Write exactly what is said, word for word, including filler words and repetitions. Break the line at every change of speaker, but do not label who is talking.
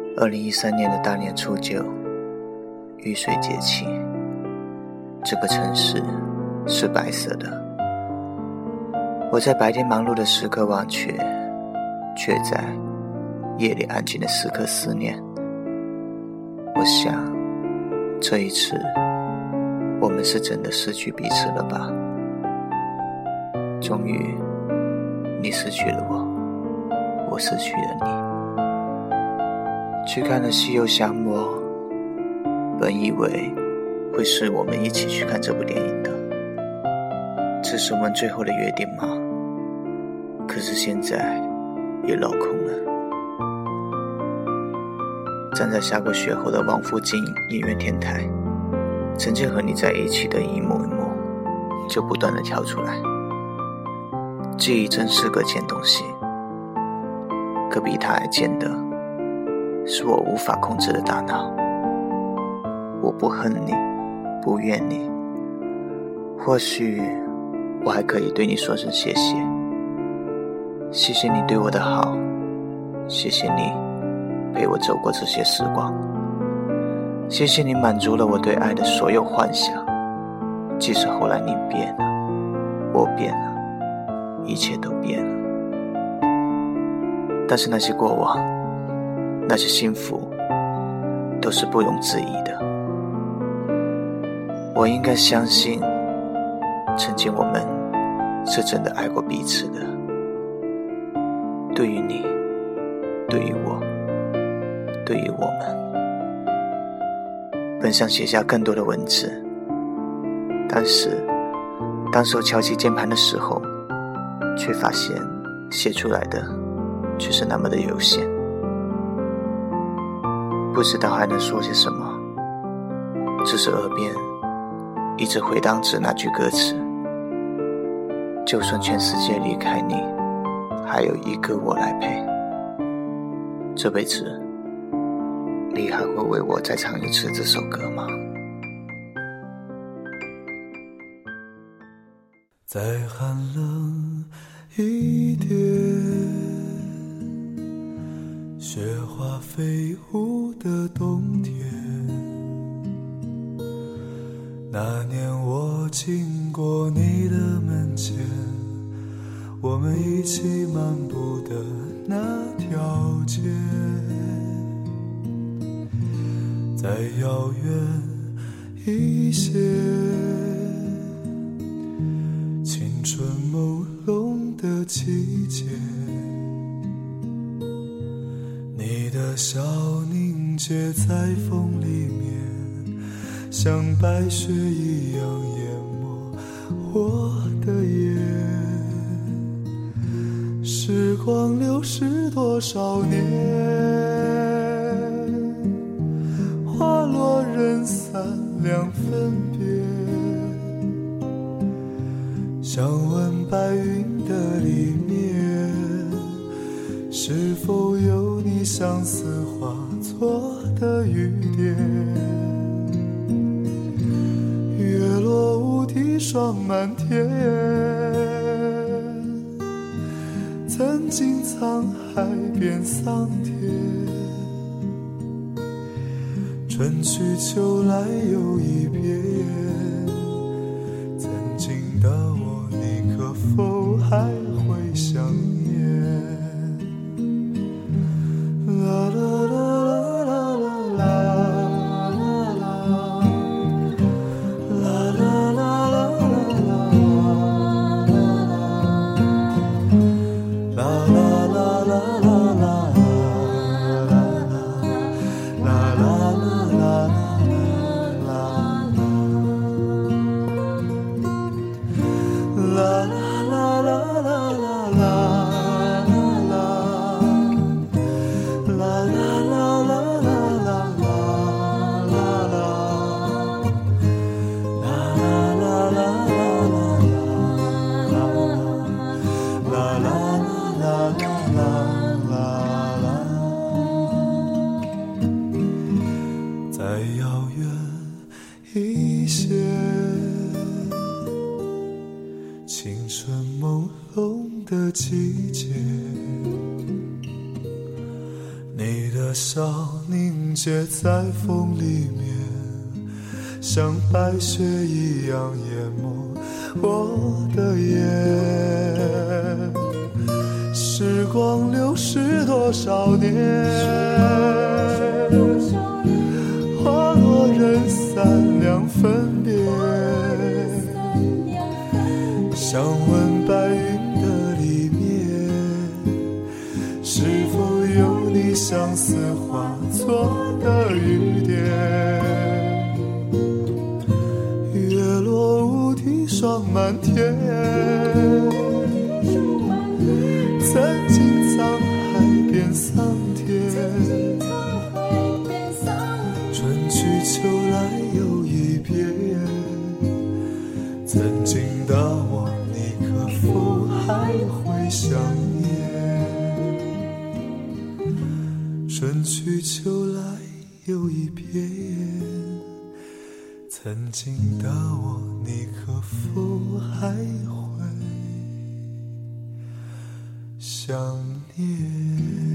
二零一三年的大年初九，雨水节气，这个城市是白色的。我在白天忙碌的时刻忘却，却在夜里安静的时刻思念。我想，这一次我们是真的失去彼此了吧？终于，你失去了我，我失去了你。去看了《西游降魔》，本以为会是我们一起去看这部电影的，这是我们最后的约定吗？可是现在也镂空了。站在下过雪后的王府井音乐天台，曾经和你在一起的一幕一幕就不断地跳出来。记忆真是个贱东西，可比它还贱的是我无法控制的大脑。我不恨你，不怨你，或许我还可以对你说声谢谢。谢谢你对我的好，谢谢你陪我走过这些时光，谢谢你满足了我对爱的所有幻想。即使后来你变了，我变了，一切都变了，但是那些过往，那些幸福都是不容置疑的。我应该相信，曾经我们是真的爱过彼此的。对于你，对于我，对于我们，本想写下更多的文字，但是当手敲击键盘的时候，却发现写出来的却是那么的有限。不知道还能说些什么，只是耳边一直回荡着那句歌词：就算全世界离开你，还有一个我来陪。这辈子你还会为我再唱一次这首歌吗？
再寒冷一点，雪花飞舞的冬天，那年我经过你的门前，我们一起漫步的那条街，再遥远一些，青春朦胧的季节，你的笑凝结在风里面，像白雪一样淹没我的眼。时光流逝多少年，花落人散两分别，想问白云的里面，是否有你相思化作的雨点。月落乌啼霜满天，曾经沧海变桑田，春去秋来又一遍，曾经的我你可否还会想念？啦啦啦啦啦啦啦啦啦啦啦啦的笑凝结在风里面，像白雪一样淹没我的眼。时光流逝多少年，花落人散两分别。想问白云的里面，是否有你相思化作的雨点？月落乌啼霜满天，曾经沧海变桑田，春去秋来又一遍。曾经的我，你可否还会想念？春去秋来又一遍，曾经的我，你可否还会想念？